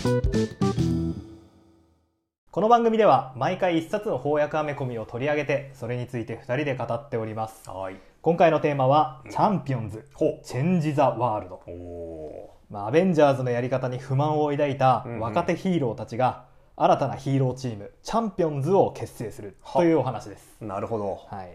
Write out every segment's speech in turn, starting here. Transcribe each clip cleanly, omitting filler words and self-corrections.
この番組では毎回一冊の翻訳アメコミを取り上げて、それについて2人で語っております。 はい。 今回のテーマはチャンピオンズ、チェンジ・ザ・ワールド。アベンジャーズのやり方に不満を抱いた若手ヒーローたちが新たなヒーローチームチャンピオンズを結成するというお話です。 なるほど。 はい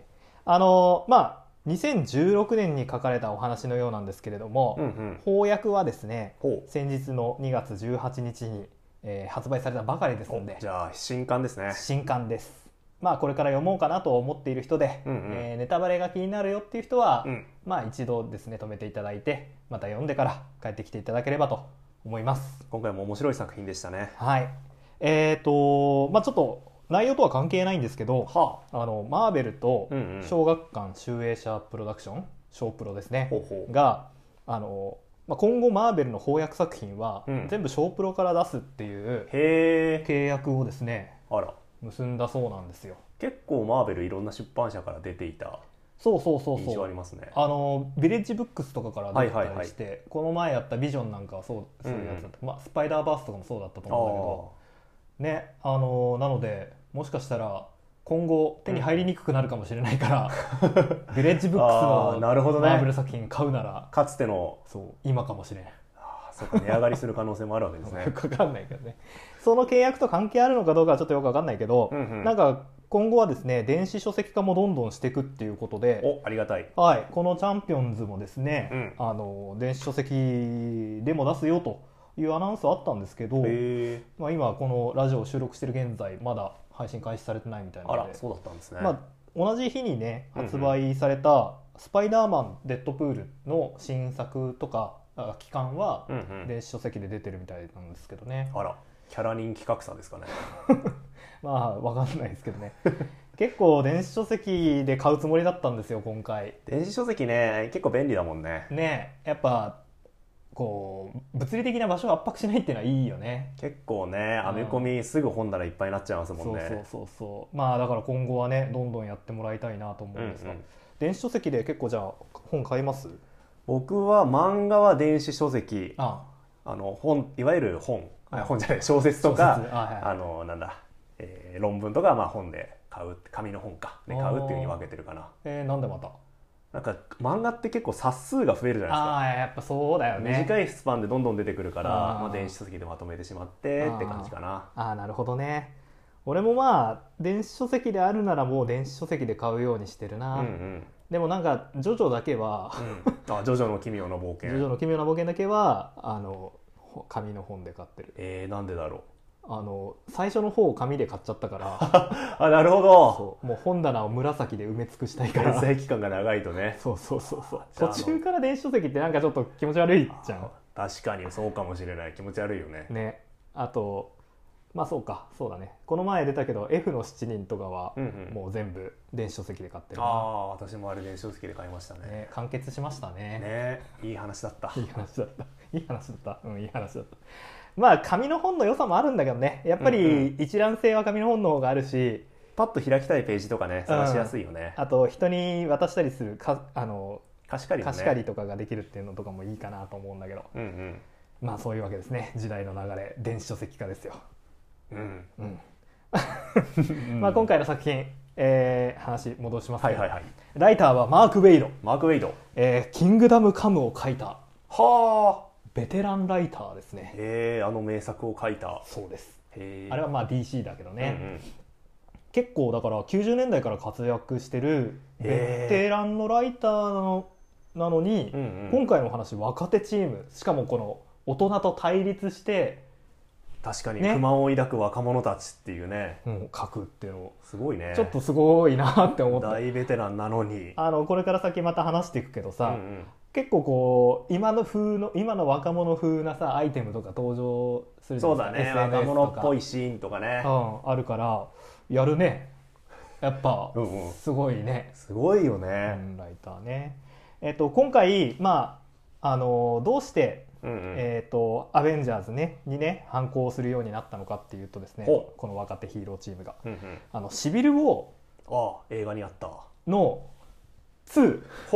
。2016年に書かれたお話のようなんですけれども、翻訳はですね、先日の2月18日に、発売されたばかりですので、 じゃあ新刊ですね。 新刊です。これから読もうかなと思っている人で、ネタバレが気になるよっていう人は、一度ですね止めていただいて、また読んでから帰ってきていただければと思います。 今回も面白い作品でしたね。 はい。ちょっと内容とは関係ないんですけど、マーベルと小学館集英社プロダクション、小プロですね、が今後マーベルの翻訳作品は全部小プロから出すっていう契約をですね、結んだそうなんですよ。 結構マーベルいろんな出版社から出ていた印象ありますね。 ビレッジブックスとかから出てたりして、この前やったビジョンなんかはそういうやつだった、スパイダーバースとかもそうだったと思うんだけどね。なのでもしかしたら今後手に入りにくくなるかもしれないから、ビレッジブックスのマーベル作品買うならかつての今かもしれない。 そうか、値上がりする可能性もあるわけですね。 よく分かんないけどね。その契約と関係あるのかどうかはちょっとよく分かんないけど、なんか今後はですね電子書籍化もどんどんしていくっていうことで、 ありがたい。 はい、このチャンピオンズもですね、電子書籍でも出すよというアナウンスはあったんですけど、今このラジオを収録している現在まだ配信開始されてないみたいなので、 そうだったんですね。 同じ日にね発売されたスパイダーマンデッドプールの新作とか期間は電子書籍で出てるみたいなんですけどね。 キャラ人気格差ですかね。 分かんないですけどね。結構電子書籍で買うつもりだったんですよ今回。 電子書籍ね結構便利だもんね。 やっぱこう物理的な場所を圧迫しないっていうのはいいよね。 結構ねアメコミすぐ本棚いっぱいになっちゃいますもんね。 そうだから今後はねどんどんやってもらいたいなと思うんですが、電子書籍で結構じゃあ本買います？ 僕は漫画は電子書籍、本いわゆる本じゃない小説とか論文とか本で買う、紙の本で買うっていう風に分けてるかな。 なんでまた？ なんか漫画って結構冊数が増えるじゃないですか。 やっぱそうだよね。 短いスパンでどんどん出てくるから、電子書籍でまとめてしまってって感じかな。 なるほどね。俺も電子書籍であるならもう電子書籍で買うようにしてるな。でもなんかジョジョだけはジョジョの奇妙な冒険。 ジョジョの奇妙な冒険だけは紙の本で買ってる。 なんでだろう。 最初の方を紙で買っちゃったからなるほど。 もう本棚を紫で埋め尽くしたいから。 連載期間が長いとね。 途中から電子書籍ってなんかちょっと気持ち悪いじゃん。 確かにそうかもしれない。気持ち悪いよね。 あとそうだね、この前出たけど F の7人とかはもう全部電子書籍で買ってる。 私もあれ電子書籍で買いましたね。 完結しましたね。 いい話だった。 いい話だった。紙の本の良さもあるんだけどね、やっぱり一覧性は紙の本の方があるし、 パッと開きたいページとかね探しやすいよね。 あと人に渡したりする貸し借りとかができるっていうのとかもいいかなと思うんだけど、そういうわけですね。時代の流れ、電子書籍化ですよ。今回の作品、話戻しますけど、ライターはマーク・ウェイド。キングダムカムを書いたベテランライターですね。 名作を書いた。 そうです。あれはDC だけどね、結構だから90年代から活躍してるベテランのライターなのに、今回の話若手チーム、しかもこの大人と対立して確かに不満を抱く若者たちっていうね、 書くっていうのすごいね。 ちょっとすごいなって思った。 大ベテランなのにこれから先また話していくけどさ、結構こう今の若者風なさアイテムとか登場するじゃないですか。 そうだね、若者っぽいシーンとかね、 あるからやるね。やっぱすごいね。 すごいよね、 ライターね。今回どうしてアベンジャーズにね反抗するようになったのかっていうとですね、この若手ヒーローチームが、シビルウォー映画にあったの2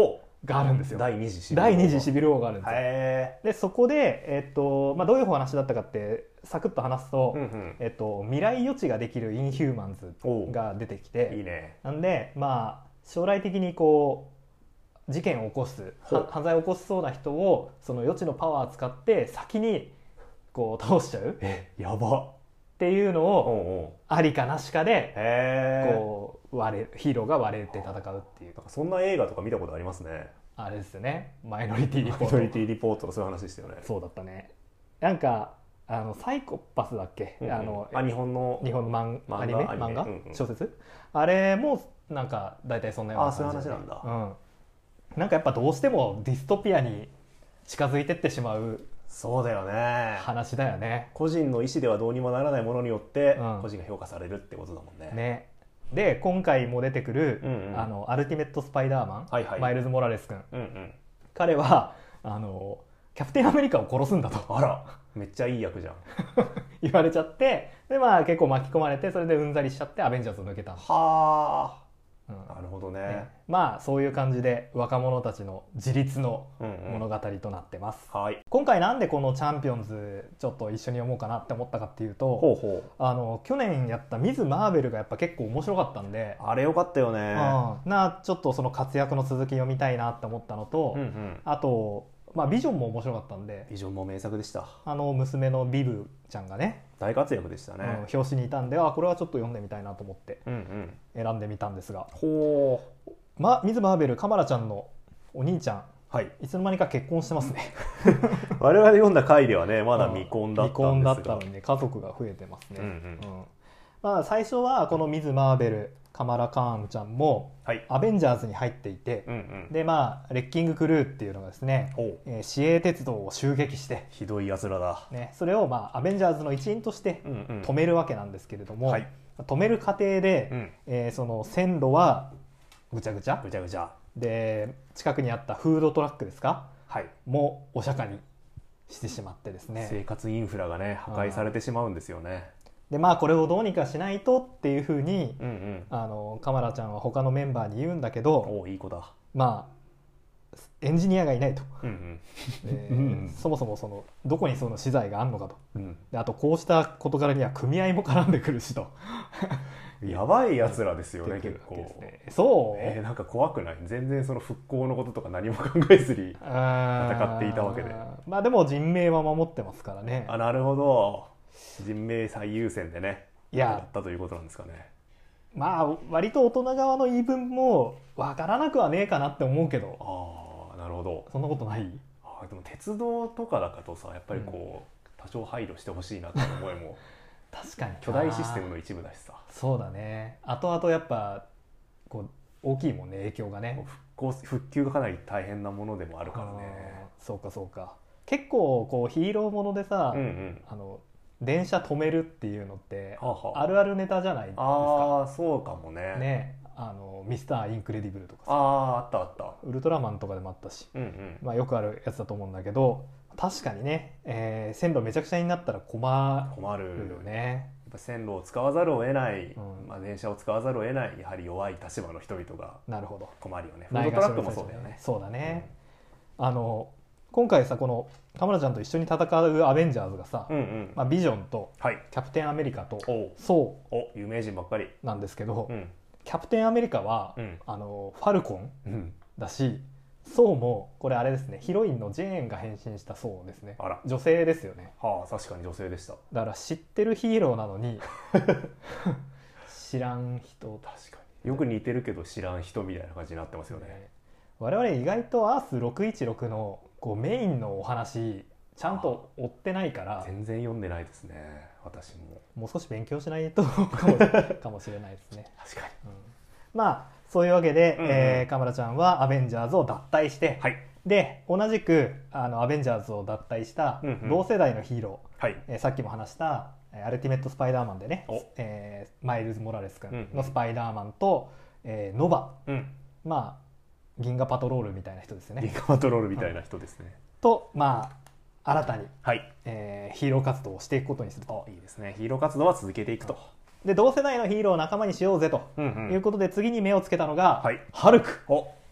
があるんですよ。 第二次シビルウォーがあるんですよ。でそこで、どういうお話だったかってサクッと話すと、未来予知ができるインヒューマンズが出てきて、 いいね。 なんでまあ将来的にこう事件を起こす犯罪を起こしそうな人をその予知のパワーを使って先にこう倒しちゃうやばっていうのをありかなしかでこうヒーローが割れて戦うっていう。 そんな映画とか見たことありますね。 あれですよね、マイノリティリポート。 マイノリティリポートのそういう話でしたよね。 そうだったね。なんかサイコパスだっけ、 日本の漫画、小説、あれもなんか大体そんなような感じで。 そういう話なんだ。 なんかやっぱどうしてもディストピアに近づいてってしまう。 そうだよね。 話だよね。 個人の意思ではどうにもならないものによって個人が評価されるってことだもんね。 で今回も出てくるアルティメット・スパイダーマン、マイルズ・モラレス君、彼はキャプテンアメリカを殺すんだと。 あら、めっちゃいい役じゃん言われちゃって、でまあ結構巻き込まれて、それでうんざりしちゃってアベンジャーズを抜けた。 はあ。なるほどね。 まあそういう感じで若者たちの自立の物語となってます。今回なんでこのチャンピオンズちょっと一緒に読もうかなって思ったかっていうと、去年やったミズ・マーベルがやっぱ結構面白かったんで、 あれよかったよね。 ちょっとその活躍の続き読みたいなって思ったのと、あとビジョンも面白かったんで。 ビジョンも名作でした。 娘のビブちゃんがね大活躍でしたね。 表紙にいたんで、これはちょっと読んでみたいなと思って選んでみたんですが、ミズ・マーベル、カマラちゃんのお兄ちゃん、いつの間にか結婚してますね我々読んだ回ではねまだ未婚だったんですが、 未婚だったのに、ね、家族が増えてますね。最初はこのミズ・マーベル、カマラ・カーンちゃんもアベンジャーズに入っていて、でレッキングクルーっていうのがですね、市営鉄道を襲撃して、 ひどいやつらだ、 それをアベンジャーズの一員として止めるわけなんですけれども、止める過程で、その線路はぐちゃぐちゃで、近くにあったフードトラックですか、もうお釈迦にしてしまってですね、 生活インフラがね破壊されてしまうんですよね。 でこれをどうにかしないとっていうふうに、カマラちゃんは他のメンバーに言うんだけど、 いい子だ、 エンジニアがいないと、そもそもどこにその資材があるのかと、であとこうした事柄には組合も絡んでくるしとやばいやつらですよね結構。 そうなんか怖くない？全然その復興のこととか何も考えずに戦っていたわけで、 でも人命は守ってますからね。 なるほど、人命最優先でねやったということなんですかね。 割と大人側の言い分も分からなくはねえかなって思うけど。 なるほど。 そんなことない？ でも鉄道とかだとさ、やっぱり多少配慮してほしいなって思いも確かに巨大システムの一部だしさ。 そうだね、後々やっぱ大きいもんね、影響がね。 復旧がかなり大変なものでもあるからね。 そうか。結構ヒーローものでさ、電車止めるっていうのってあるあるネタじゃないですか。 そうかもね。 ミスターインクレディブルとかさ、 あったウルトラマンとかでもあったし、よくあるやつだと思うんだけど、確かにね、線路めちゃくちゃになったら困るよね。 やっぱ線路を使わざるを得ない、電車を使わざるを得ない、やはり弱い立場の人々が困るよね。フードトラックもそうだよね。 そうだね。今回さ、このカムラちゃんと一緒に戦うアベンジャーズがさ、ビジョンとキャプテンアメリカとソー、有名人ばっかりなんですけど、キャプテンアメリカはファルコンだし、ソーもこれあれですね、ヒロインのジェーンが変身したソーですね。女性ですよね。 確かに女性でした。 だから知ってるヒーローなのに知らん人。 確かによく似てるけど知らん人みたいな感じになってますよね。 我々意外とアース616のメインのお話ちゃんと追ってないから。 全然読んでないですね、私も。 もう少し勉強しないとかもしれないですね。 確かに、そういうわけで、カムラちゃんはアベンジャーズを脱退して、で同じくアベンジャーズを脱退した同世代のヒーロー、さっきも話したアルティメット・スパイダーマンでね、マイルズ・モラレス君のスパイダーマンと、ノバ、銀河パトロールみたいな人ですよね。 銀河パトロールみたいな人ですね。 と新たに、ヒーロー活動をしていくことにすると。 いいですね。ヒーロー活動は続けていくと。 で同世代のヒーローを仲間にしようぜということで、次に目をつけたのがハルク。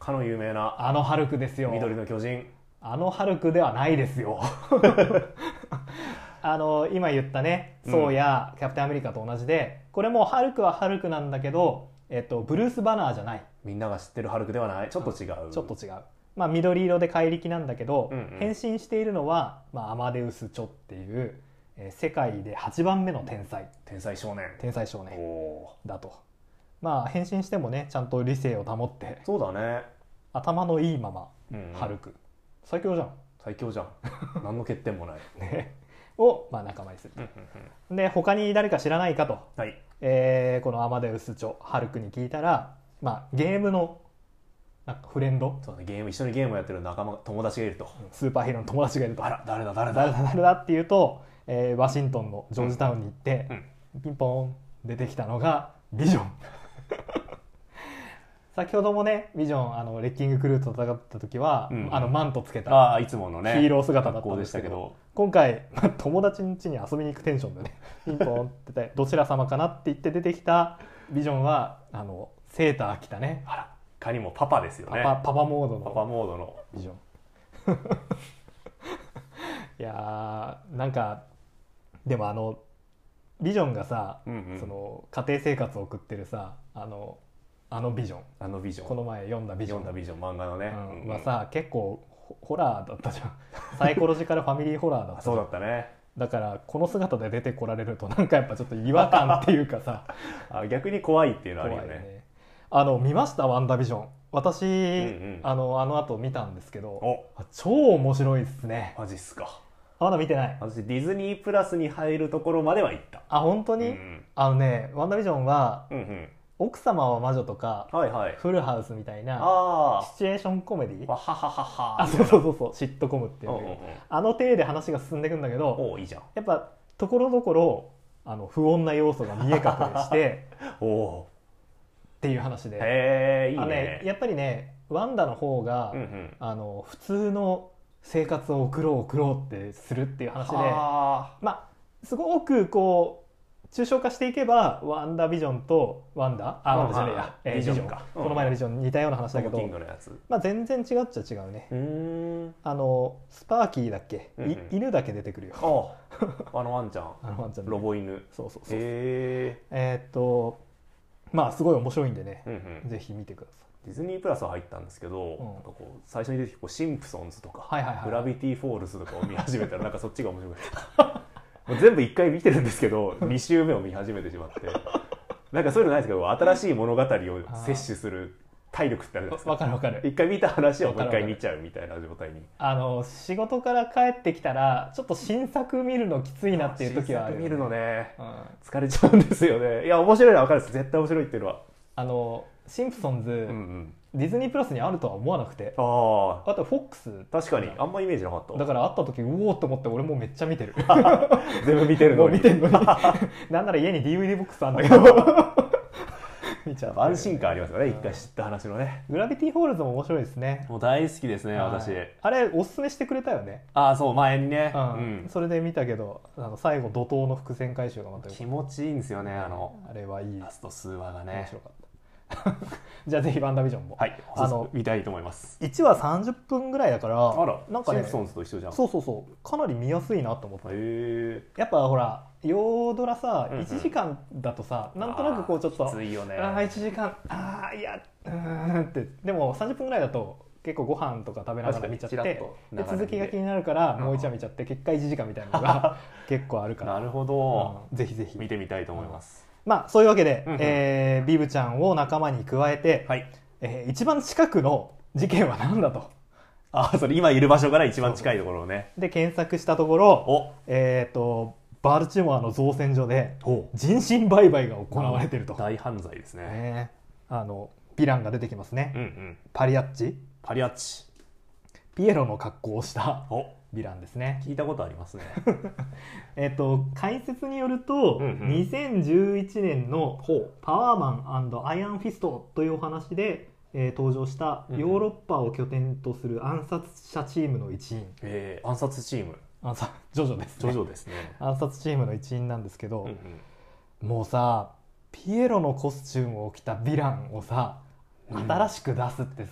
かの有名なあのハルクですよ。 緑の巨人。 あのハルクではないですよ。今言ったね、ソーやキャプテンアメリカと同じで、これもハルクはハルクなんだけど、ブルース・バナーじゃない。 みんなが知ってるハルクではない。ちょっと違う。 ちょっと違う。まあ緑色で怪力なんだけど、変身しているのは、まあ、アマデウス・チョっていう、世界で8番目の天才少年だと。まあ変身してもね、ちゃんと理性を保って、 そうだね、 頭のいいまま、ハルク最強じゃん。 最強じゃん。何の欠点もないねを、まあ、仲間にすると。で他に誰か知らないかと、 はい、 このアマデウス・チョハルクに聞いたら、まあ、ゲームのなんかフレンド、 そうね、一緒にゲームをやってる仲間友達がいると、 スーパーヒーローの友達がいると。 あら誰だっていうと、ワシントンのジョージタウンに行って、ピンポン出てきたのがビジョン。先ほどもね、ビジョンレッキングクルーと戦った時は、マントつけたいつものねヒーロー姿だったんですけど、今回友達の家に遊びに行くテンションでね、ピンポンって言ってどちら様かなって言って出てきたビジョンはセーター着たね、 あら、いかにもパパですよね。 パパモードのビジョン。いやー、なんかでもビジョンがさ、その家庭生活を送ってるさ、ビジョン、この前読んだビジョン漫画のね、 はさ、結構ホラーだったじゃん。サイコロジカルファミリーホラーだった。 そうだったね。 だからこの姿で出てこられるとなんかやっぱちょっと違和感っていうかさ逆に怖いっていうのはあるよね。 見ましたワンダービジョン。私、あの後見たんですけど、超面白いですね。 マジっすか。 まだ見てない。 私ディズニープラスに入るところまでは行った。 あ、本当に、ワンダービジョンは、奥様は魔女とか、フルハウスみたいなシチュエーションコメディ、そうシットコムっていう、体で話が進んでいくんだけど、 いいじゃん。 やっぱところどころ不穏な要素が見え隠れしてっていう話で、 いいね。 やっぱりね、ワンダの方が、普通の生活を送ろうってするっていう話で、まあすごくこう抽象化していけばワンダービジョンとビジョンか、この前のビジョン似たような話だけど、まあ全然違っちゃ違うね。スパーキーだっけ、犬だけ出てくるよ。 ワンちゃん、ロボ犬。 まあすごい面白いんでね、ぜひ見てください。 ディズニープラスは入ったんですけど、最初に出てきたシンプソンズとかグラビティフォールズとかを見始めたらなんかそっちが面白い。もう全部1回見てるんですけど2週目を見始めてしまって、なんかそういうのないですけど、新しい物語を摂取する体力ってあるじゃないですか。 わかる。 一回見た話をもう一回見ちゃうみたいな状態に。 仕事から帰ってきたらちょっと新作見るのきついなっていう時はあるよね。 新作見るのね、疲れちゃうんですよね。いや面白いのは分かるんです。絶対面白いっていうのは。 シンプソンズ、ディズニープラスにあるとは思わなくて、あとフォックス、 確かにあんまイメージなかった。 だから会った時うおーって思って、俺もめっちゃ見てる。 全部見てるのになんなら家に DVD ボックスあるんだけど見ちゃう。 安心感ありますよね、一回知った話のね。 グラビティフォールズも面白いですね。 もう大好きですね、私。 あれおすすめしてくれたよね。 そう前にね、 それで見たけど、最後怒涛の伏線回収がまた気持ちいいんですよね。あれはいい。 ラスト数話がね面白かった。じゃあぜひワンダービジョンも見たいと思います。 1話30分ぐらいだから、 なんかね、シンプソンズと一緒じゃん。 そうかなり見やすいなと思って。やっぱほら洋ドラさ、1時間だとさ、なんとなくこうちょっときついよね。 1時間いやって。でも30分ぐらいだと結構ご飯とか食べながら見ちゃって、で続きが気になるからもう1話見ちゃって、結果1時間みたいなのが結構あるから。 なるほど、 ぜひぜひ見てみたいと思います。 まあそういうわけで、ビブちゃんを仲間に加えて、一番近くの事件は何だと。 それ今いる場所から一番近いところをね。 で検索したところ、バルチモアの造船所で人身売買が行われていると。 大犯罪ですね。 ヴィランが出てきますね。パリアッチ、ピエロの格好をしたヴィランですね。 聞いたことありますね。 解説によると、2011年のパワーマン&アイアンフィストというお話で、登場したヨーロッパを拠点とする暗殺者チームの一員。 暗殺チーム、 ジョジョですね。暗殺チームの一員なんですけど、もうさ、ピエロのコスチュームを着たヴィランをさ、新しく出すってさ、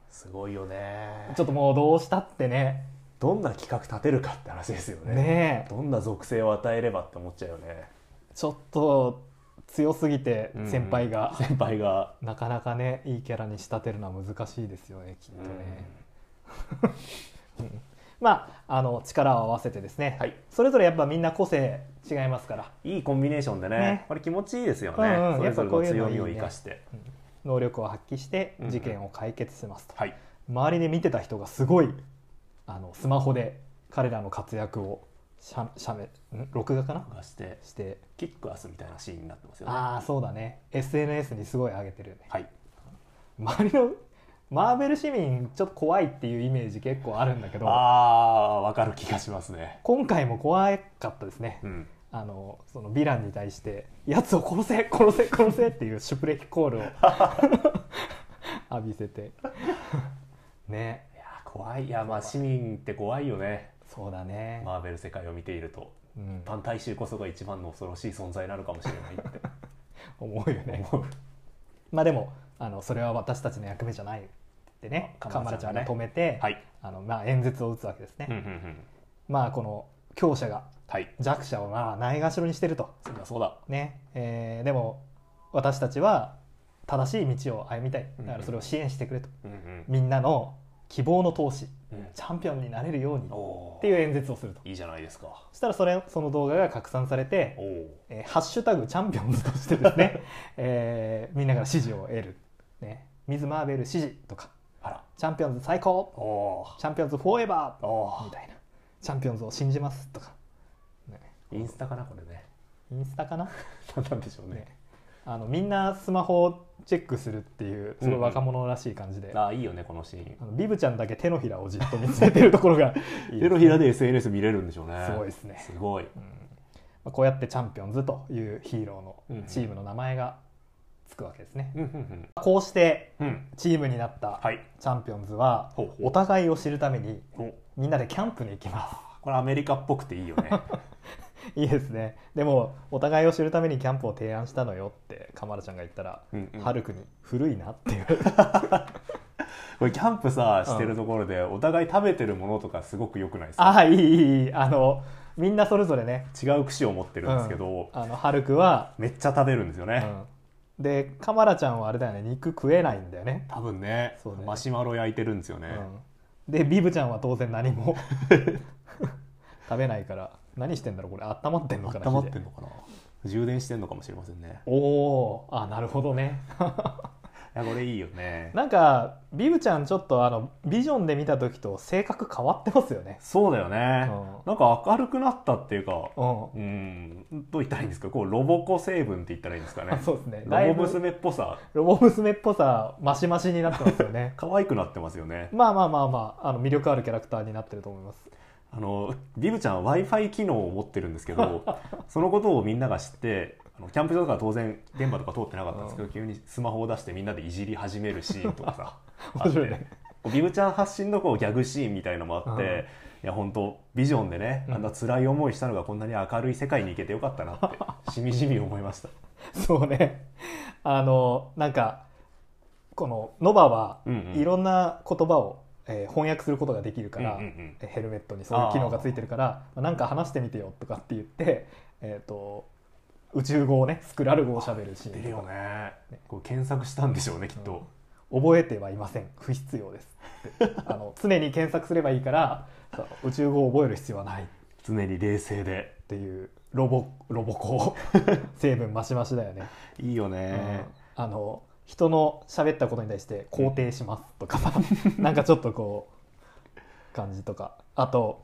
すごいよね。 ちょっともうどうしたってね、 どんな企画立てるかって話ですよね。 ねどんな属性を与えればって思っちゃうよね。 ちょっと強すぎて先輩が、なかなかねいいキャラに仕立てるのは難しいですよね、きっとね。まあ力を合わせてですね、はい、それぞれやっぱみんな個性違いますから、 いいコンビネーションで ねこれ気持ちいいですよね、それぞれの強みを生かして、 能力を発揮して事件を解決しますと、はい、周りで見てた人がすごいスマホで彼らの活躍を録画かなしてキックアスみたいなシーンになってますよね。 ああそうだね、 SNS にすごい上げてるよね、はい、周りのマーベル市民ちょっと怖いっていうイメージ結構あるんだけど、 分かる気がしますね。 今回も怖かったですね、そのヴィランに対してやつを殺せ殺せ殺せっていうシュプレヒコールを浴びせてね。 いや怖い。いやまあ市民って怖いよね。 そうだね、 マーベル世界を見ていると、反大衆こそが一番の恐ろしい存在なのかもしれないって思うよね。まあでもそれは私たちの役目じゃないってね、カマラちゃんが止めて、はい、演説を打つわけですね。まあこの強者が弱者をないがしろにしてると、 そうだね、でも私たちは正しい道を歩みたい、だからそれを支援してくれと、みんなの希望の闘士、チャンピオンになれるようにっていう演説をすると。 いいじゃないですか。 そしたらその動画が拡散されて、ハッシュタグチャンピオンズとしてですね、みんなから支持を得る、ね、ミズ・マーベル支持とか、チャンピオンズ最高、チャンピオンズフォーエバーみたいな、チャンピオンズを信じますとか、 ね、インスタかなこれね。 インスタかななんでしょうね。 みんなスマホをチェックするっていうすごい若者らしい感じで、 いいよねこのシーン。 ビブちゃんだけ手のひらをじっと見つめてるところがいい、ね、 手のひらで SNS 見れるんでしょうね。 すごいですね。 すごい、 こうやってチャンピオンズというヒーローのチームの名前がつくわけですね。こうしてチームになったチャンピオンズはお互いを知るためにみんなでキャンプに行きます。 これアメリカっぽくていいよね。 いいですね。でもお互いを知るためにキャンプを提案したのよってカマラちゃんが言ったら、ハルクに古いなっていうこれキャンプさしてるところでお互い食べてるものとかすごく良くないですか？ いいみんなそれぞれね違う串を持ってるんですけど、 ハルクはめっちゃ食べるんですよね。 でカマラちゃんはあれだよね、肉食えないんだよね多分ね。マシュマロ焼いてるんですよね。 でビブちゃんは当然何も食べないから、何してんだろうこれ、温まってんのかな、 温まってんのかな、充電してんのかもしれませんね。 なるほどね。 いやこれいいよね。 なんかビブちゃんちょっとビジョンで見た時と性格変わってますよね。 そうだよね、なんか明るくなったっていうか、どう言ったらいいんですか、こうロボコ成分って言ったらいいんですかね。 そうですね、 ロボ娘っぽさマシマシになってますよね。 可愛くなってますよね。 まあ魅力あるキャラクターになってると思います。 ビブちゃん Wi-Fi 機能を持ってるんですけどそのことをみんなが知ってキャンプ場とか当然電波とか通ってなかったんですけど、急にスマホを出してみんなでいじり始めるシーンとかさ面白いね。 ビブちゃん発信のこうギャグシーンみたいのもあって、いや本当ビジョンでね、あんな辛い思いしたのがこんなに明るい世界に行けてよかったなってしみじみ思いました。 そうね、なんかこのノバはいろんな言葉を翻訳することができるから、ヘルメットにそういう機能がついてるからなんか話してみてよとかって言って、宇宙語をねスクラル語を喋るシーン。 出るよね。こう検索したんでしょうねきっと。 覚えてはいません、不必要ですって常に検索すればいいから宇宙語を覚える必要はない、 常に冷静でっていうロボコ成分マシマシだよね。 いいよね。 人の喋ったことに対して肯定しますとかさなんかちょっとこう感じとか、あと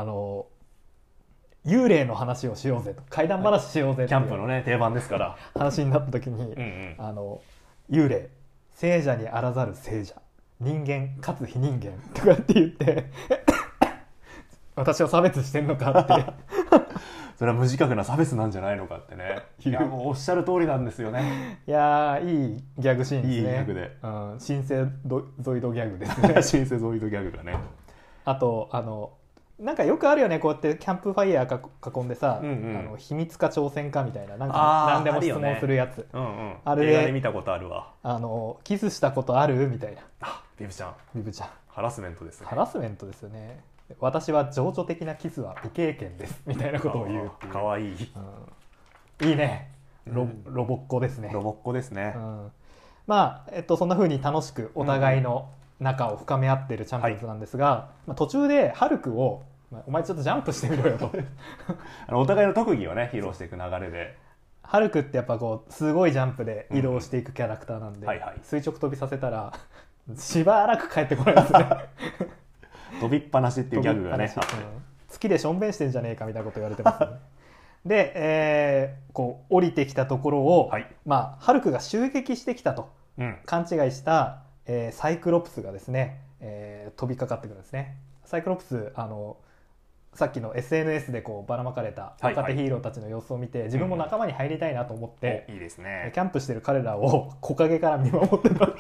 幽霊の話をしようぜと、怪談話しようぜってキャンプのね定番ですから話になった時に、幽霊、聖者にあらざる聖者、人間かつ非人間とかって言って私を差別してんのかってそれは無自覚な差別なんじゃないのかってね。いやもうおっしゃる通りなんですよね。 いやいいギャグシーンですね。 いいギャグで、 シンセゾイドギャグですね。 シンセゾイドギャグがね。 あとなんかよくあるよね、こうやってキャンプファイヤー囲んでさ、秘密か挑戦かみたいな、なんか何でも質問するやつ、 あれで映画で見たことあるわ。 キスしたことあるみたいな、 ビブちゃんビブちゃんハラスメントですね。 ハラスメントですよね。私は情緒的なキスは未経験ですみたいなことを言うっていう。 かわいい、 いいね。ロボッコですね。 ロボッコですね。 まあ、そんな風に楽しくお互いの仲を深め合っているチャンピオンズなんですが、途中でハルクをお前ちょっとジャンプしてみろよとお互いの特技をね披露していく流れで、 ハルクってやっぱこうすごいジャンプで移動していくキャラクターなんで、垂直飛びさせたらしばらく帰ってこないですね飛びっぱなしっていうギャグがね、 月でしょんべんしてんじゃねえかみたいなこと言われてますねで、こう降りてきたところを、ハルクが襲撃してきたと勘違いした、サイクロプスがですね、飛びかかってくるんですね。サイクロプスさっきの SNS でこうばらまかれた若手ヒーローたちの様子を見て、自分も仲間に入りたいなと思って、 いいですね、 キャンプしてる彼らを木陰から見守ってた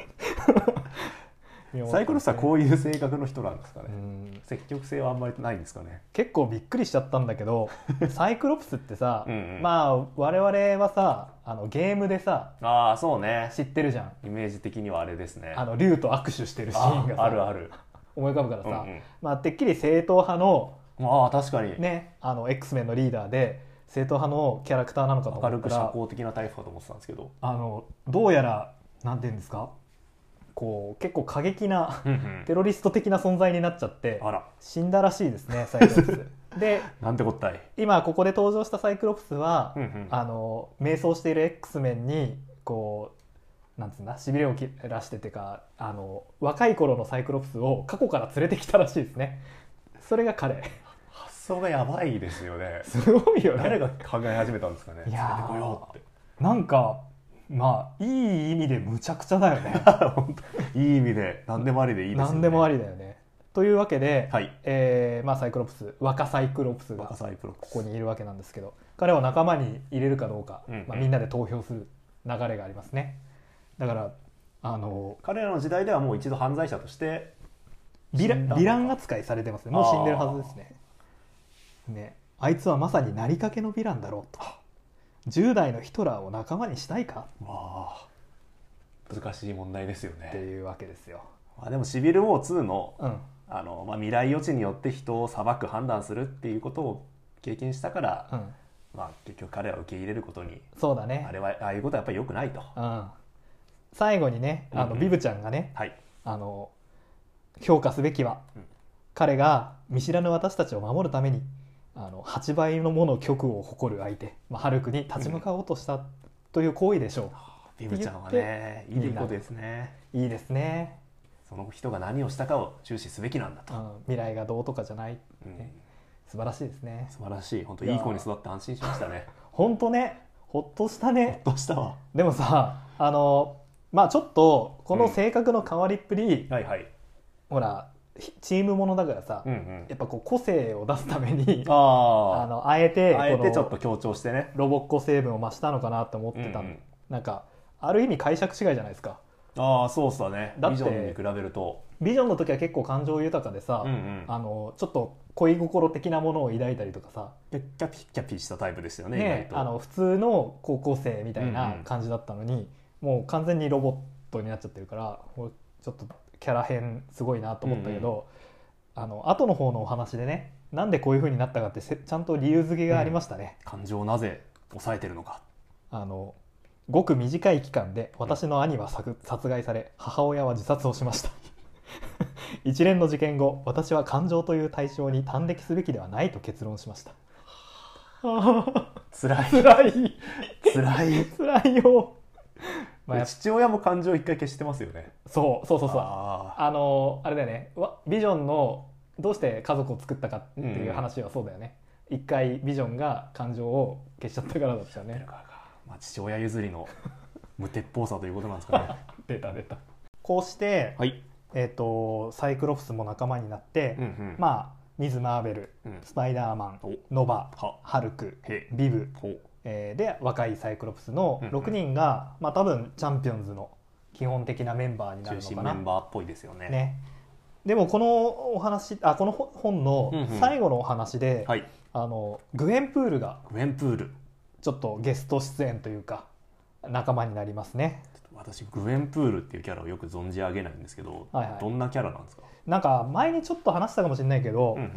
サイクロプスはこういう性格の人なんですかね。積極性はあんまりないんですかね。 結構びっくりしちゃったんだけどサイクロプスってさまあ我々はさゲームでさそうね知ってるじゃん。 イメージ的にはあれですね、 竜と握手してるシーンがさあるある思い浮かぶからさ、まあ、てっきり正統派の確かにねX メンのリーダーで正統派のキャラクターなのかと思ったら明るく社交的なタイプかと思ってたんですけど、 どうやらなんていうんですか、こう結構過激なテロリスト的な存在になっちゃって死んだらしいですねサイクロプスでなんてこったい。 今ここで登場したサイクロプスは迷走している X メンにこうなんつうんだしびれを切らしててか若い頃のサイクロプスを過去から連れてきたらしいですね。それが彼。 発想がやばいですよね。 すごいよね。 誰が考え始めたんですかね。連れてこようって。 なんかまあいい意味でむちゃくちゃだよね本当いい意味で何でもありでいいですよね。 何でもありだよね。というわけで、 はいサイクロプス若サイクロプスがここにいるわけなんですけど、彼を仲間に入れるかどうか、みんなで投票する流れがありますね。だから彼らの時代ではもう一度犯罪者としてヴィラン扱いされてますね。もう死んでるはずですね。あいつはまさになりかけのヴィランだろうと。10代のヒトラーを仲間にしたいか。 難しい問題ですよね。 っていうわけですよ。 でもシビルウォー2の、未来予知によって人を裁く判断するっていうことを経験したから、結局彼は受け入れることに、 そうだね、 ああいうことはやっぱり良くないと。 最後にねビブちゃんがね、評価すべきは、彼が見知らぬ私たちを守るために8倍のもの極を誇る相手、ハルクに立ち向かおうとしたという行為でしょう。 ビブちゃんはねいいことですね。 いいですね。 その人が何をしたかを注視すべきなんだと、 未来がどうとかじゃない、素晴らしいですね。 素晴らしい。本当いい子に育って安心しましたね。 本当ね、ほっとしたね。 ほっとしたわ。 でもさちょっとこの性格の変わりっぷり、ほらチームものだからさ、やっぱこう個性を出すためにあえてちょっと強調してねロボッコ成分を増したのかなって思ってたの、なんかある意味解釈違いじゃないですか。 そうっすね。ビジョンに比べるとビジョンの時は結構感情豊かでさ、ちょっと恋心的なものを抱いたりとかさ、 キャピキャピしたタイプですよね。 普通の高校生みたいな感じだったのに、もう完全にロボットになっちゃってるから、ちょっとキャラ変すごいなと思ったけど、後の方のお話でね、なんでこういう風になったかってちゃんと理由付けがありましたね。 感情をなぜ抑えてるのか。 ごく短い期間で私の兄は殺害され、母親は自殺をしました一連の事件後、私は感情という対象に端的すべきではないと結論しましたつらいよ父親も感情を一回消してますよね。 そうあれだよね、ビジョンのどうして家族を作ったかっていう話はそうだよね。一回ビジョンが感情を消しちゃったからだったよね。 父親譲りの無鉄砲さということなんですかね出たこうして、サイクロプスも仲間になって、ミズ・マーベル、スパイダーマン、ノバ、ハルク、ビブ、で若いサイクロプスの6人が、多分チャンピオンズの基本的なメンバーになるのかな。 中心メンバーっぽいですよね。 でもこのお話、この本の最後のお話で、グエンプールがちょっとゲスト出演というか仲間になりますね。 私グエンプールっていうキャラをよく存じ上げないんですけど、はいはい、どんなキャラなんですか？ なんか前にちょっと話したかもしれないけど、うんうん、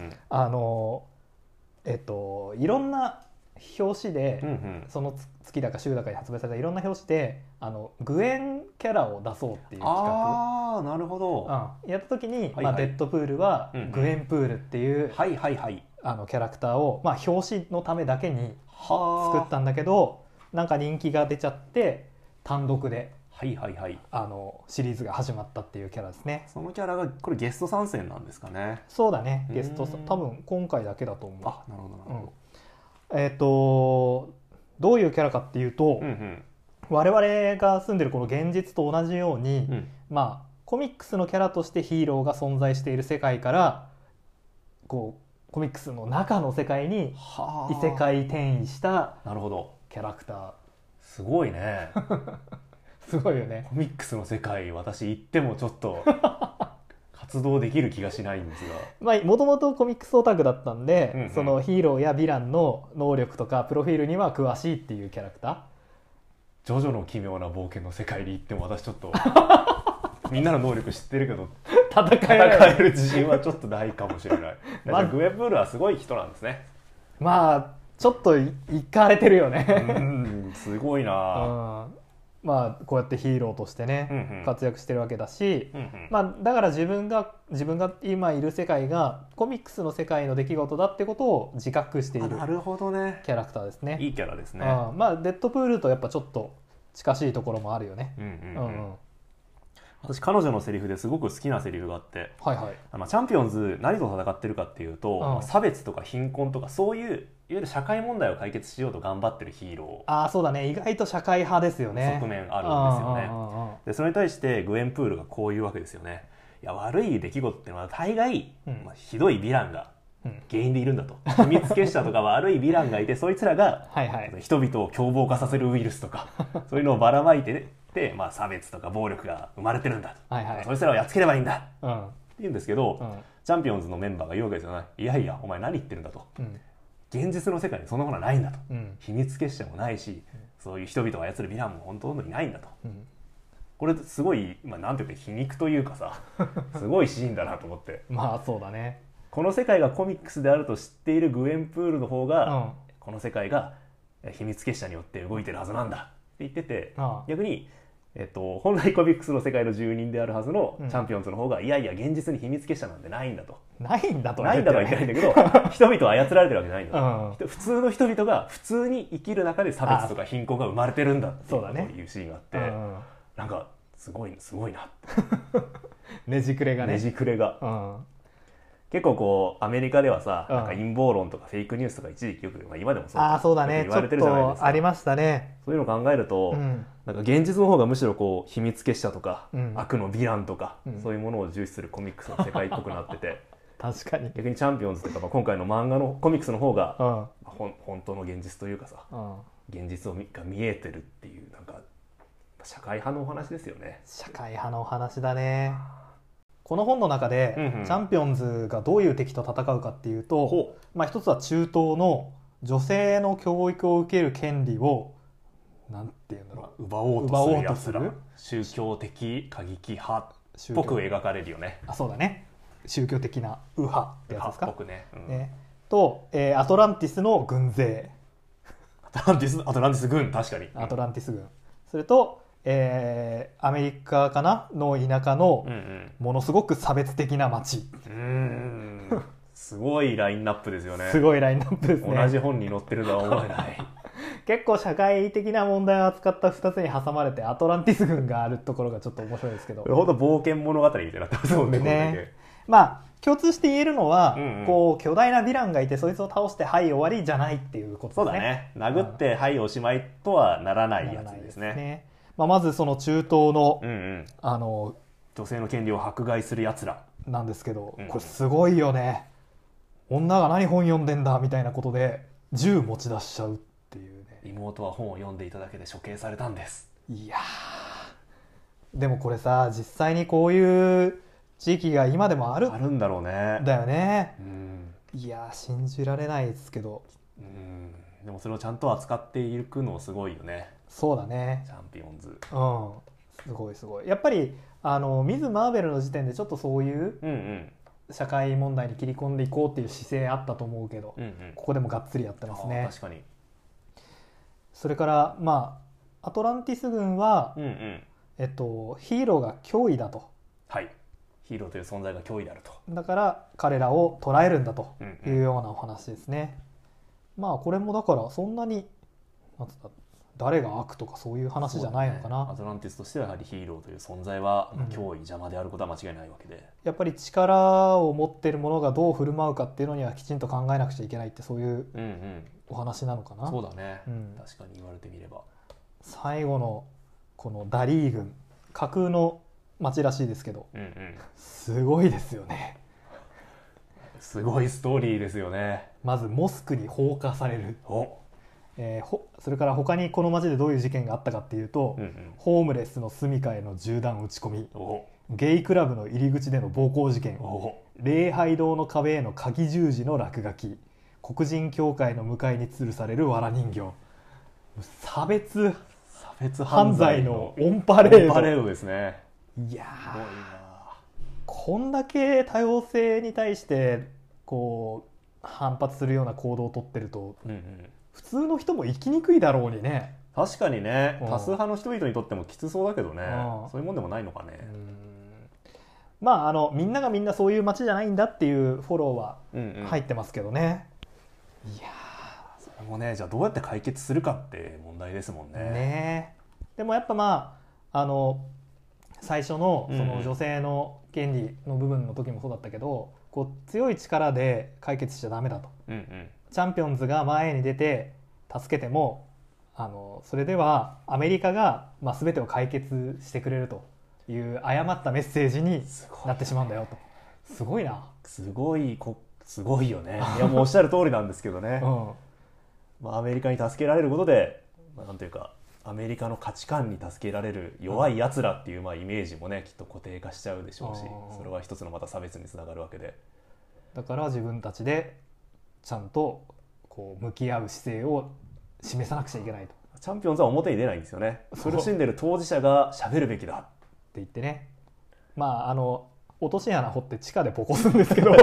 いろんな表紙で、うんうん、その月だか週だかに発売されたいろんな表紙でグエンキャラを出そうっていう企画、 あ、なるほど、 やった時に、はいはい、デッドプールはグエンプールっていう、うんうん、はいはいはい、キャラクターを、表紙のためだけに作ったんだけど、なんか人気が出ちゃって単独で、はいはいはい、シリーズが始まったっていうキャラですね。 そのキャラがこれゲスト参戦なんですかね？ そうだね、ゲスト多分今回だけだと思う。 あ、なるほどなるほど。 どういうキャラかっていうと、うんうん、我々が住んでるこの現実と同じように、うん、コミックスのキャラとしてヒーローが存在している世界からこうコミックスの中の世界に異世界転移したキャラクター。 すごいねすごいよね。 コミックスの世界、私行ってもちょっと活動できる気がしないんですが、もともとコミックスオタクだったんで、うんうん、そのヒーローやヴィランの能力とかプロフィールには詳しいっていうキャラクター。 ジョジョの奇妙な冒険の世界に行っても私ちょっとみんなの能力知ってるけど戦える自信はちょっとないかもしれない。じゃあグエンプールはすごい人なんですね。 ちょっといかれてるよねすごいな、 こうやってヒーローとしてね、うんうん、活躍してるわけだし、うんうん、だから自分が今いる世界がコミックスの世界の出来事だってことを自覚しているキャラクターですね。 いいキャラですね。 デッドプールとやっぱちょっと近しいところもあるよね。 私彼女のセリフですごく好きなセリフがあって、はいはい、チャンピオンズ何と戦ってるかっていうと、差別とか貧困とかそういういわゆる社会問題を解決しようと頑張ってるヒーロー。そうだね、意外と社会派ですよね。 側面あるんですよね。でそれに対してグエンプールがこういうわけですよね。いや、悪い出来事っていうのは大概、ひどいヴィランが原因でいるんだと、秘密結社とか悪いヴィランがいてそいつらが人々を凶暴化させるウイルスとかそういうのをばらまいてねで、差別とか暴力が生まれてるんだと、はいはい、そいつらをやっつければいいんだ、って言うんですけど、チャンピオンズのメンバーが言うわけですよね。いやいやお前何言ってるんだと、現実の世界にそんなものはないんだと、秘密結社もないし、そういう人々を操るヴィランもほとんどいないんだと、これすごい、なんていうか皮肉というかさすごいシーンだなと思ってそうだね。 この世界がコミックスであると知っているグエンプールの方が、この世界が秘密結社によって動いてるはずなんだって言ってて、逆に本来コミックスの世界の住人であるはずのチャンピオンズの方が、いやいや現実に秘密結社なんてないんだと、 ないんだとは言ってないんだけど人々は操られてるわけじゃないんだと、普通の人々が普通に生きる中で差別とか貧困が生まれてるんだっていうシーンがあって、なんかすごいなねじくれがね。 結構こうアメリカではさ、なんか陰謀論とかフェイクニュースとか一時期よく、今でもそうだね、言われてるじゃないですか。ちょっとありましたね。 そういうのを考えると、なんか現実の方がむしろこう秘密結社とか、悪のヴィランとか、そういうものを重視するコミックスの世界っぽくなってて確かに逆にチャンピオンズとか、今回の漫画のコミックスの方が、本当の現実というかさ、現実が見えてるっていう、なんか社会派のお話ですよね。 社会派のお話だね。この本の中で、チャンピオンズがどういう敵と戦うかっていうと、一つは中東の女性の教育を受ける権利をなんていうんだろう、 奪おうとする宗教的過激派っぽく描かれるよね。 そうだね、宗教的な右派ってやつですか。 っぽくね、 と、アトランティスの軍勢。 アトランティス軍、確かに。 アトランティス軍。それとアメリカかなの田舎のものすごく差別的な街。 すごいラインナップですよね。 すごいラインナップですね。 同じ本に載ってるとは思えない結構社会的な問題を扱った2つに挟まれてアトランティス軍があるところがちょっと面白いですけど、 ほんと冒険物語みたいになってますもんね。 共通して言えるのは、こう巨大なヴィランがいてそいつを倒してはい終わりじゃないっていうことですね。 そうだね、殴ってはいおしまいとはならないやつですね。 まずその中東の、 女性の権利を迫害するやつらなんですけど、これすごいよね。女が何本読んでんだみたいなことで銃持ち出しちゃうっていうね。 妹は本を読んでいただけで処刑されたんです。 いやでもこれさ、実際にこういう地域が今でもあるんだろうね。 だよね。いや信じられないですけど、 でもそれをちゃんと扱っていくのすごいよね。 そうだね、 チャンピオンズ。 すごいすごい。やっぱりミズ・マーベルの時点でちょっとそういう社会問題に切り込んでいこうっていう姿勢あったと思うけど、ここでもがっつりやってますね。 確かに。 それからまあアトランティス軍は、ヒーローが脅威だと。 はい。ヒーローという存在が脅威であると。 だから彼らを捕らえるんだというようなお話ですね。まあこれもだからそんなに誰が悪とかそういう話じゃないのかな。 アトランティスとしてはやはりヒーローという存在は脅威、邪魔であることは間違いないわけで、 やっぱり力を持っているものがどう振る舞うかっていうのにはきちんと考えなくちゃいけないって、そういうお話なのかな。 そうだね、確かに言われてみれば。 最後のこのダリー軍、架空の町らしいですけど、すごいですよね。 すごいストーリーですよね。 まずモスクに放火される。それから他にこの町でどういう事件があったかっていうと、ホームレスの住処への銃弾撃ち込み、ゲイクラブの入り口での暴行事件、礼拝堂の壁への鍵十字の落書き、黒人教会の向かいに吊るされる藁人形、差別犯罪のオンパレードですね。 いやー、こんだけ多様性に対してこう反発するような行動をとってると、普通の人も生きにくいだろうにね。 確かにね、多数派の人々にとってもきつそうだけどね、そういうもんでもないのかね。 まあみんながみんなそういう街じゃないんだっていうフォローは入ってますけどね。いやー、それもね、じゃあどうやって解決するかって問題ですもんね。 でもやっぱまあ最初のその女性の権利の部分の時もそうだったけど、こう強い力で解決しちゃダメだと。チャンピオンズが前に出て助けてもそれではアメリカが全てを解決してくれるという誤ったメッセージになってしまうんだよと。すごいな。 すごいよね。いや、もうおっしゃる通りなんですけどね、アメリカに助けられることで、なんていうかアメリカの価値観に助けられる弱いやつらっていうイメージもね、きっと固定化しちゃうでしょうし、それは一つのまた差別につながるわけで、 だから自分たちでちゃんとこう向き合う姿勢を示さなくちゃいけないと。 チャンピオンズは表に出ないんですよね。苦しんでる当事者が喋るべきだって言ってね。落とし穴掘って地下でボコするんですけど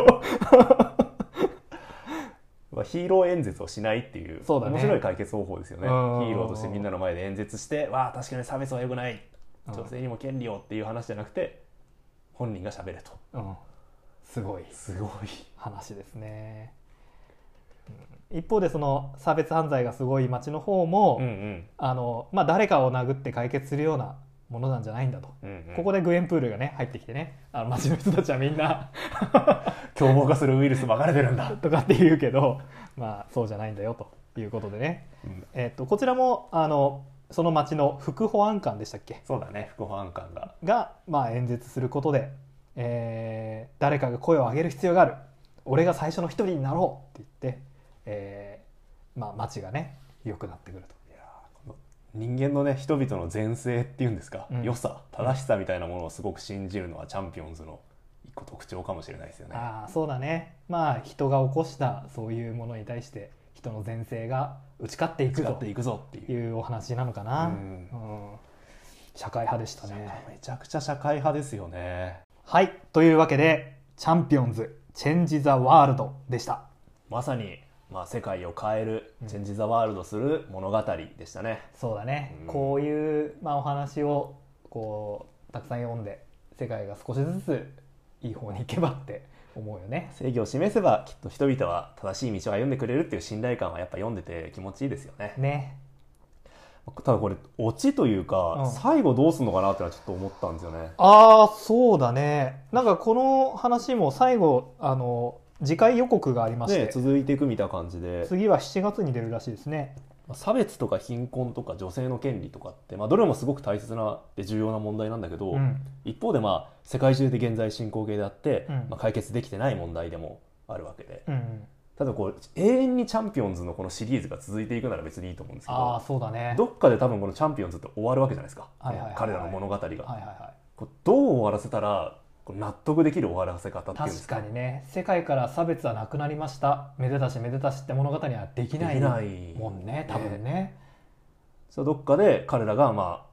ヒーロー演説をしないっていう面白い解決方法ですよね。ヒーローとしてみんなの前で演説して、わあ確かに差別は良くない、女性にも権利をっていう話じゃなくて、本人が喋れと、 すごい話ですね。一方でその差別犯罪がすごい町の方も、誰かを殴って解決するようなものなんじゃないんだと、ここでグエンプールがね入ってきてね、町の人たちはみんな凶暴化するウイルスまかれてるんだとかって言うけど、そうじゃないんだよということでね、こちらもその町の副保安官でしたっけ。 そうだね、副保安官が演説することで、誰かが声を上げる必要がある、俺が最初の一人になろうって言って、街がね良くなってくると。 人間のね、人々の善性っていうんですか、良さ、正しさみたいなものをすごく信じるのはチャンピオンズの一個特徴かもしれないですよね。 そうだね。人が起こしたそういうものに対して人の善性が打ち勝っていくぞっていうお話なのかな。社会派でしたね。 めちゃくちゃ社会派ですよね。 はい、というわけでチャンピオンズチェンジ・ザ・ワールドでした。 まさに世界を変える、チェンジ・ザ・ワールドする物語でしたね。 そうだね、こういう、お話をこうたくさん読んで世界が少しずついい方に行けばって思うよね。 正義を示せばきっと人々は正しい道を歩んでくれるっていう信頼感はやっぱ読んでて気持ちいいですよね。ただこれオチというか、最後どうするのかなってのはちょっと思ったんですよね。 そうだね。なんかこの話も最後次回予告がありまして、 続いていくみたいな感じで、 次は7月に出るらしいですね。 差別とか貧困とか女性の権利とかって、どれもすごく大切なで重要な問題なんだけど、一方で世界中で現在進行形であって、解決できてない問題でもあるわけで、ただ永遠にチャンピオンズのこのシリーズが続いていくなら別にいいと思うんですけど、 そうだね、 どっかで多分このチャンピオンズって終わるわけじゃないですか、彼らの物語が。どう終わらせたら納得できる終わらせ方っていうんですか。 確かにね、世界から差別はなくなりました、めでたしめでたしって物語にはできないもんね、多分ね。 どっかで彼らが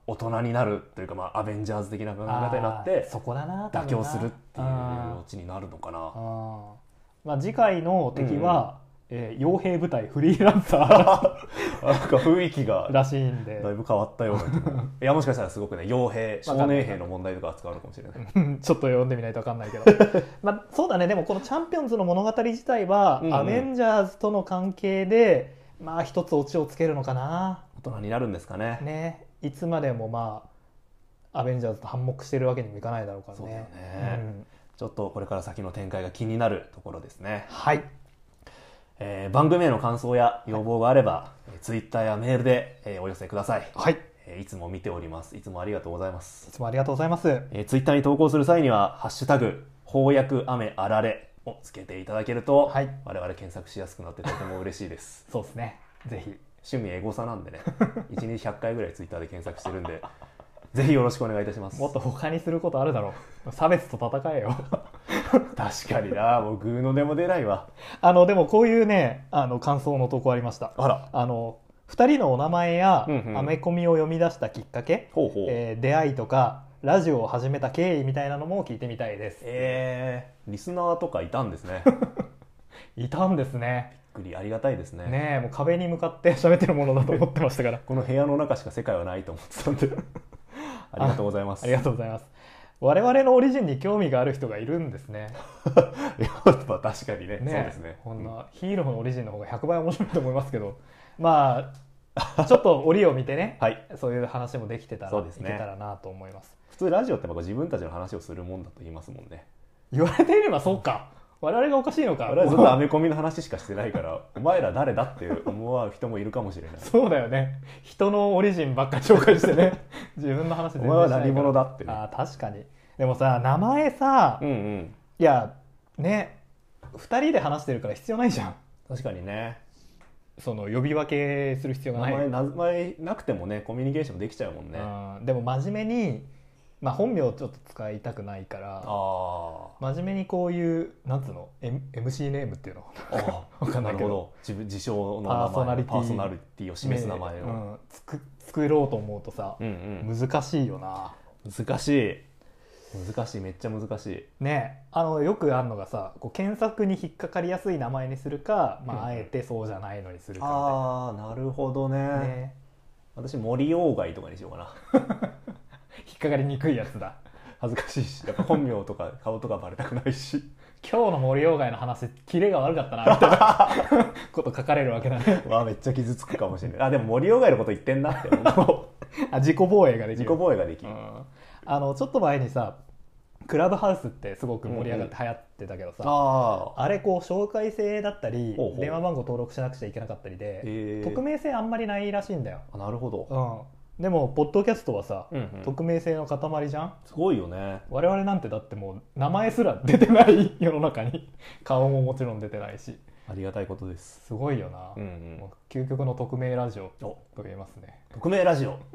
大人になるというか、アベンジャーズ的な考え方になってそこだな、 妥協するっていうオチになるのかな。 次回の敵は、傭兵部隊フリーランサーなんか雰囲気がらしいんでだいぶ変わったような気もいやもしかしたらすごくね傭兵少年兵の問題とか扱うのかもしれないちょっと読んでみないと分かんないけどそうだね。でもこのチャンピオンズの物語自体は、アベンジャーズとの関係で一つオチをつけるのかな。 大人になるんですかね。 いつまでもアベンジャーズと反目してるわけにもいかないだろうからね。 そうだよね、ちょっとこれから先の展開が気になるところですね。 はい。 番組への感想や要望があれば、ツイッターやメールで、お寄せください。 はい。 いつも見ております。いつもありがとうございます。 いつもありがとうございます。 ツイッターに投稿する際には、ハッシュタグ、翻訳雨あられをつけていただけると、我々検索しやすくなってとても嬉しいです。 そうですね。ぜひ。 趣味エゴサなんでね、1日100回ぐらいツイッターで検索してるんで、ぜひよろしくお願いいたします。 もっと他にすることあるだろう。差別と戦えよ。 確かにな、もうグーの音も出ないわ。 でもこういうね、感想の投稿ありました。 あら。 2人のお名前や、アメコミを読み出したきっかけ、出会いとかラジオを始めた経緯みたいなのも聞いてみたいです。 リスナーとかいたんですね。 いたんですね。 びっくり、ありがたいですね。 ねえ、もう壁に向かって喋ってるものだと思ってましたからこの部屋の中しか世界はないと思ってたんでありがとうございます。 ありがとうございます。我々のオリジンに興味がある人がいるんですね。 やっぱ確かにね。そうですね。 こんなヒーローのオリジンの方が100倍面白いと思いますけど、ちょっと折を見てね、そういう話もできてたら、いけたらなと思います。 普通ラジオって自分たちの話をするもんだと言いますもんね。 言われてみればそうか。我々がおかしいのか。 我々ずっとアメコミの話しかしてないからお前ら誰だって思う人もいるかもしれない。 そうだよね。人のオリジンばっかり紹介してね自分の話全然しないから。 お前は何者だってね。 確かに。でもさ、名前さ、いやね、2人で話してるから必要ないじゃん。 確かにね。 その呼び分けする必要がない。 名前なくてもね、コミュニケーションできちゃうもんね。 でも真面目に、本名をちょっと使いたくないから、真面目にこういうなんつうの、MC ネームっていうの分かんないけど、 自称の名前、パーソナリティを示す名前を、 作ろうと思うとさ、難しいよな。 難しい、めっちゃ難しいね。よくあるのがさ、検索に引っかかりやすい名前にするか、あえてそうじゃないのにするかみたいな。 なるほどね。私森鴎外とかにしようかな引っかかりにくいやつだ。 恥ずかしいし、やっぱ本名とか顔とかバレたくないし今日の森鴎外の話キレが悪かったなみたいなこと書かれるわけだね。 めっちゃ傷つくかもしれない。でも森鴎外のこと言ってんなって思う自己防衛ができる。 自己防衛ができる。 ちょっと前にさ、クラブハウスってすごく盛り上がって流行ってたけどさ、あれ紹介制だったり電話番号登録しなくちゃいけなかったりで、匿名性あんまりないらしいんだよ。 なるほど。 でもポッドキャストはさ、匿名性の塊じゃん。 すごいよね。 我々なんてだってもう名前すら出てない世の中に顔ももちろん出てないし、 ありがたいことです。 すごいよな。もう究極の匿名ラジオと言えますね。 匿名ラジオ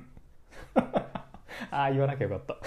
言わなきゃよかった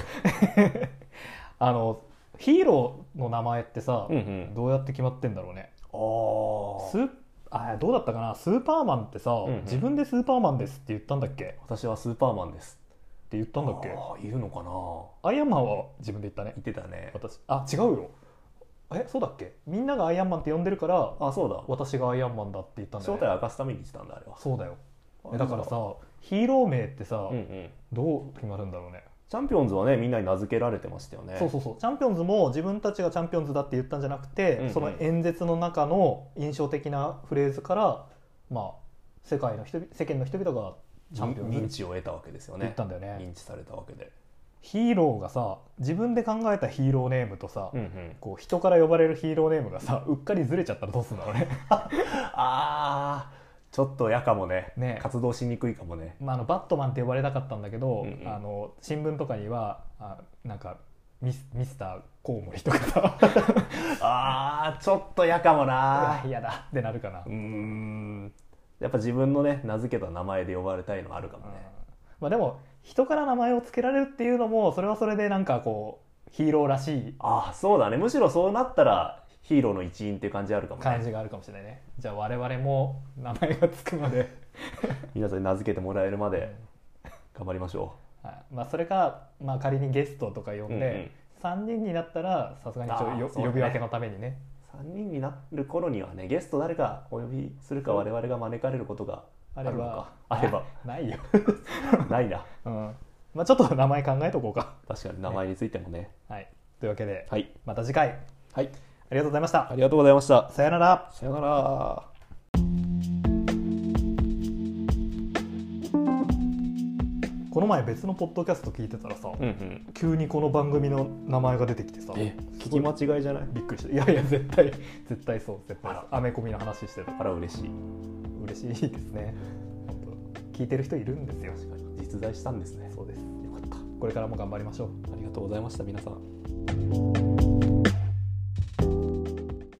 ヒーローの名前ってさ、どうやって決まってんだろうね。どうだったかな。スーパーマンってさ、自分でスーパーマンですって言ったんだっけ。 私はスーパーマンですって言ったんだっけ。 言うのかな。 アイアンマンは自分で言ったね。 言ってたね。 違うよ。そうだっけ。みんながアイアンマンって呼んでるから、 そうだ、 私がアイアンマンだって言ったんだよね。 正体を明かすために言ってたんだ、あれは。 そうだよ。だからさ、ヒーロー名ってさ、どう決まるんだろうね。 チャンピオンズはね、みんなに名付けられてましたよね。 そう。チャンピオンズも自分たちがチャンピオンズだって言ったんじゃなくて、その演説の中の印象的なフレーズから、世間の人々がチャンピオンズ認知を得たわけですよね。 言ったんだよね。 認知されたわけで。 ヒーローがさ、自分で考えたヒーローネームとさ、人から呼ばれるヒーローネームがさ、うっかりずれちゃったらどうするんだろうねちょっと嫌かもね。活動しにくいかもね。 バットマンって呼ばれたかったんだけど、新聞とかにはなんかミスターコウモリとかさちょっと嫌かもな。 嫌だってなるかな。 やっぱ自分のね、名付けた名前で呼ばれたいのあるかもね。 でも人から名前を付けられるっていうのも、それはそれでなんかヒーローらしい。 そうだね。むしろそうなったらヒーローの一員っていう感じあるかもね。 感じがあるかもしれないね。じゃあ我々も名前がつくまで皆さんに名付けてもらえるまで頑張りましょう、はい、まあ、それか、まあ、仮にゲストとか呼んで、3人になったらさすがに呼び分けのためにね、 3人になる頃にはね、ゲスト誰かお呼びするか我々が招かれることがあるのか。あればないよないな、 まあ、ちょっと名前考えとこうか。 確かに名前についてもね。 はい、というわけで、 はい、 また次回、 はい、 ありがとうございました。 ありがとうございました。 さよなら。 さよなら。 この前別のポッドキャスト聞いてたらさ、急にこの番組の名前が出てきてさ、 聞き間違いじゃない？ びっくりした。いやいや、絶対そう、絶対アメコミの話してた。 あら、嬉しいですね。本当聞いてる人いるんですよ。 確かに実在したんですね。 そうです。よかった。これからも頑張りましょう。 ありがとうございました、皆さん。